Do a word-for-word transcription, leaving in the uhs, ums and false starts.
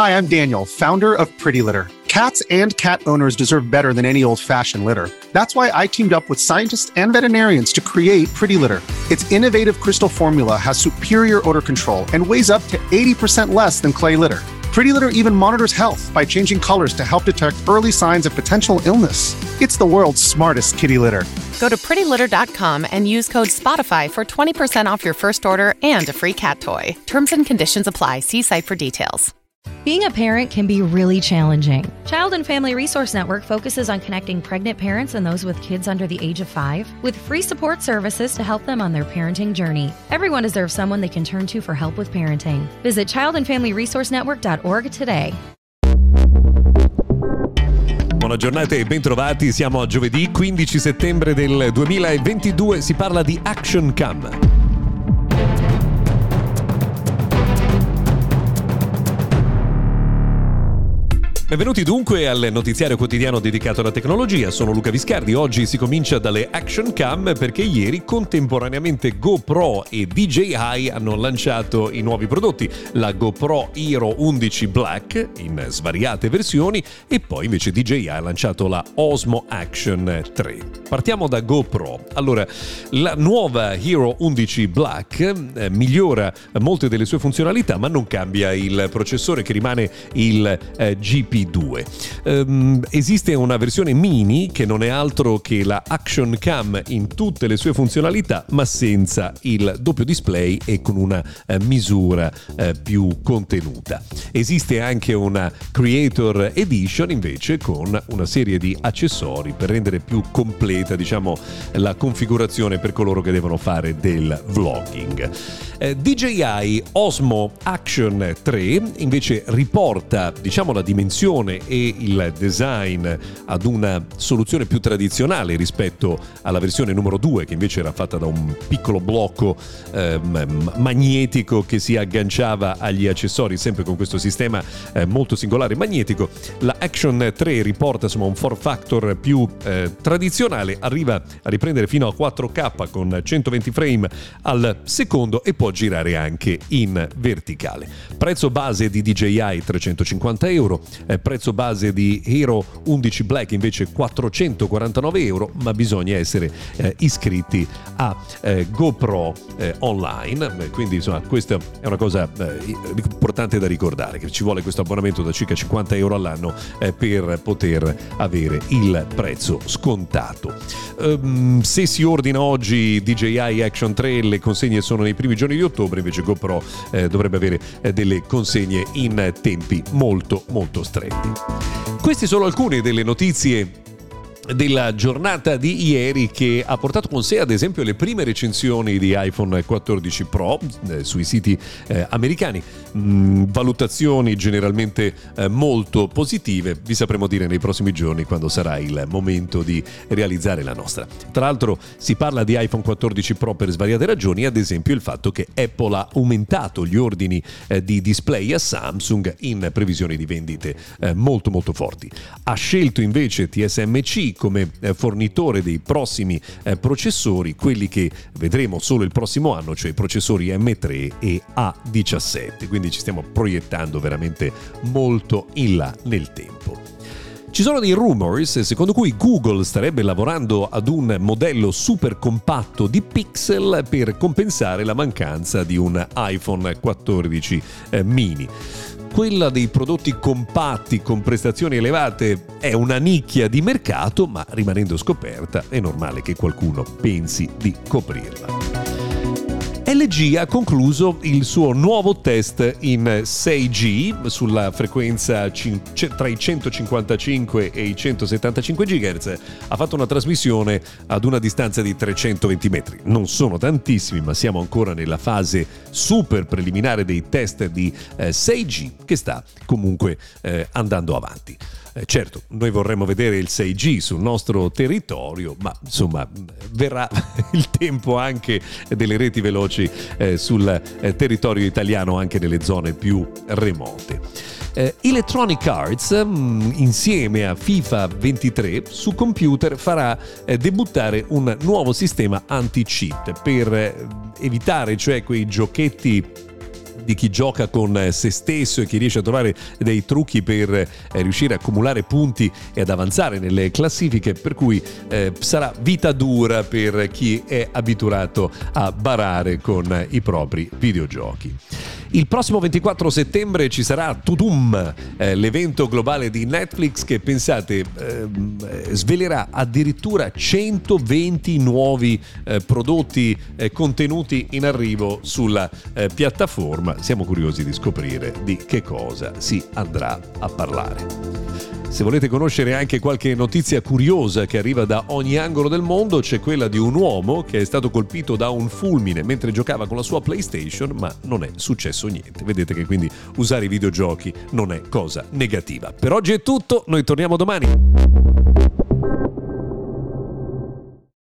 Hi, I'm Daniel, founder of Pretty Litter. Cats and cat owners deserve better than any old-fashioned litter. That's why I teamed up with scientists and veterinarians to create Pretty Litter. Its innovative crystal formula has superior odor control and weighs up to eighty percent less than clay litter. Pretty Litter even monitors health by changing colors to help detect early signs of potential illness. It's the world's smartest kitty litter. Go to pretty litter dot com and use code SPOTIFY for twenty percent off your first order and a free cat toy. Terms and conditions apply. See site for details. Being a parent can be really challenging. Child and Family Resource Network focuses on connecting pregnant parents and those with kids under the age of five with free support services to help them on their parenting journey. Everyone deserves someone they can turn to for help with parenting. Visit child and family resource network dot org today. Buona giornata e bentrovati, siamo a giovedì quindici settembre del duemilaventidue, si parla di Action Cam. Benvenuti dunque al notiziario quotidiano dedicato alla tecnologia, sono Luca Viscardi. Oggi si comincia dalle Action Cam perché ieri contemporaneamente GoPro e D J I hanno lanciato i nuovi prodotti, la GoPro Hero undici Black in svariate versioni e poi invece D J I ha lanciato la Osmo Action tre. Partiamo da GoPro. Allora, la nuova Hero undici Black eh, migliora molte delle sue funzionalità ma non cambia il processore che rimane il eh, G P due. Um, esiste una versione mini che non è altro che la Action Cam in tutte le sue funzionalità ma senza il doppio display e con una uh, misura uh, più contenuta. Esiste anche una Creator Edition invece con una serie di accessori per rendere più completa, diciamo, la configurazione per coloro che devono fare del vlogging. Uh, D J I Osmo Action tre invece riporta, diciamo, la dimensione e il design ad una soluzione più tradizionale rispetto alla versione numero due, che invece era fatta da un piccolo blocco eh, magnetico che si agganciava agli accessori, sempre con questo sistema eh, molto singolare magnetico. La Action tre riporta insomma un form factor più eh, tradizionale, arriva a riprendere fino a quattro K con centoventi frame al secondo e può girare anche in verticale. Prezzo base di D J I trecentocinquanta euro, eh, prezzo base di Hero undici Black invece quattrocentoquarantanove euro, ma bisogna essere eh, iscritti a eh, GoPro eh, online, quindi insomma questa è una cosa eh, importante da ricordare, che ci vuole questo abbonamento da circa cinquanta euro all'anno eh, per poter avere il prezzo scontato. Um, se si ordina oggi D J I Action tre, le consegne sono nei primi giorni di ottobre, invece GoPro eh, dovrebbe avere eh, delle consegne in tempi molto molto stretti. Queste sono alcune delle notizie della giornata di ieri, che ha portato con sé ad esempio le prime recensioni di iPhone quattordici Pro eh, sui siti eh, americani, mm, valutazioni generalmente eh, molto positive. Vi sapremo dire nei prossimi giorni quando sarà il momento di realizzare la nostra. Tra l'altro si parla di iPhone quattordici Pro per svariate ragioni, ad esempio il fatto che Apple ha aumentato gli ordini eh, di display a Samsung in previsione di vendite eh, molto molto forti. Ha scelto invece T S M C come fornitore dei prossimi eh, processori, quelli che vedremo solo il prossimo anno, cioè i processori M tre e A diciassette, quindi ci stiamo proiettando veramente molto in là nel tempo. Ci sono dei rumors secondo cui Google starebbe lavorando ad un modello super compatto di Pixel per compensare la mancanza di un iPhone quattordici eh, mini. Quella dei prodotti compatti con prestazioni elevate è una nicchia di mercato, ma rimanendo scoperta è normale che qualcuno pensi di coprirla. L G ha concluso il suo nuovo test in sei G sulla frequenza tra i centocinquantacinque e i centosettantacinque gigahertz. Ha fatto una trasmissione ad una distanza di trecentoventi metri. Non sono tantissimi, ma siamo ancora nella fase super preliminare dei test di eh, sei G, che sta comunque eh, andando avanti. Eh, certo, noi vorremmo vedere il sei G sul nostro territorio, ma insomma verrà il tempo anche delle reti veloci eh, sul eh, territorio italiano, anche nelle zone più remote. Eh, Electronic Arts mh, insieme a FIFA ventitré su computer farà eh, debuttare un nuovo sistema anti-cheat per eh, evitare, cioè, quei giochetti di chi gioca con se stesso e chi riesce a trovare dei trucchi per eh, riuscire a accumulare punti e ad avanzare nelle classifiche, per cui eh, sarà vita dura per chi è abituato a barare con i propri videogiochi. Il prossimo ventiquattro settembre ci sarà Tudum, eh, l'evento globale di Netflix che, pensate, eh, svelerà addirittura centoventi nuovi eh, prodotti eh, contenuti in arrivo sulla eh, piattaforma. Siamo curiosi di scoprire di che cosa si andrà a parlare. Se volete conoscere anche qualche notizia curiosa che arriva da ogni angolo del mondo, c'è quella di un uomo che è stato colpito da un fulmine mentre giocava con la sua PlayStation, ma non è successo niente. Vedete che quindi usare i videogiochi non è cosa negativa. Per oggi è tutto, noi torniamo domani.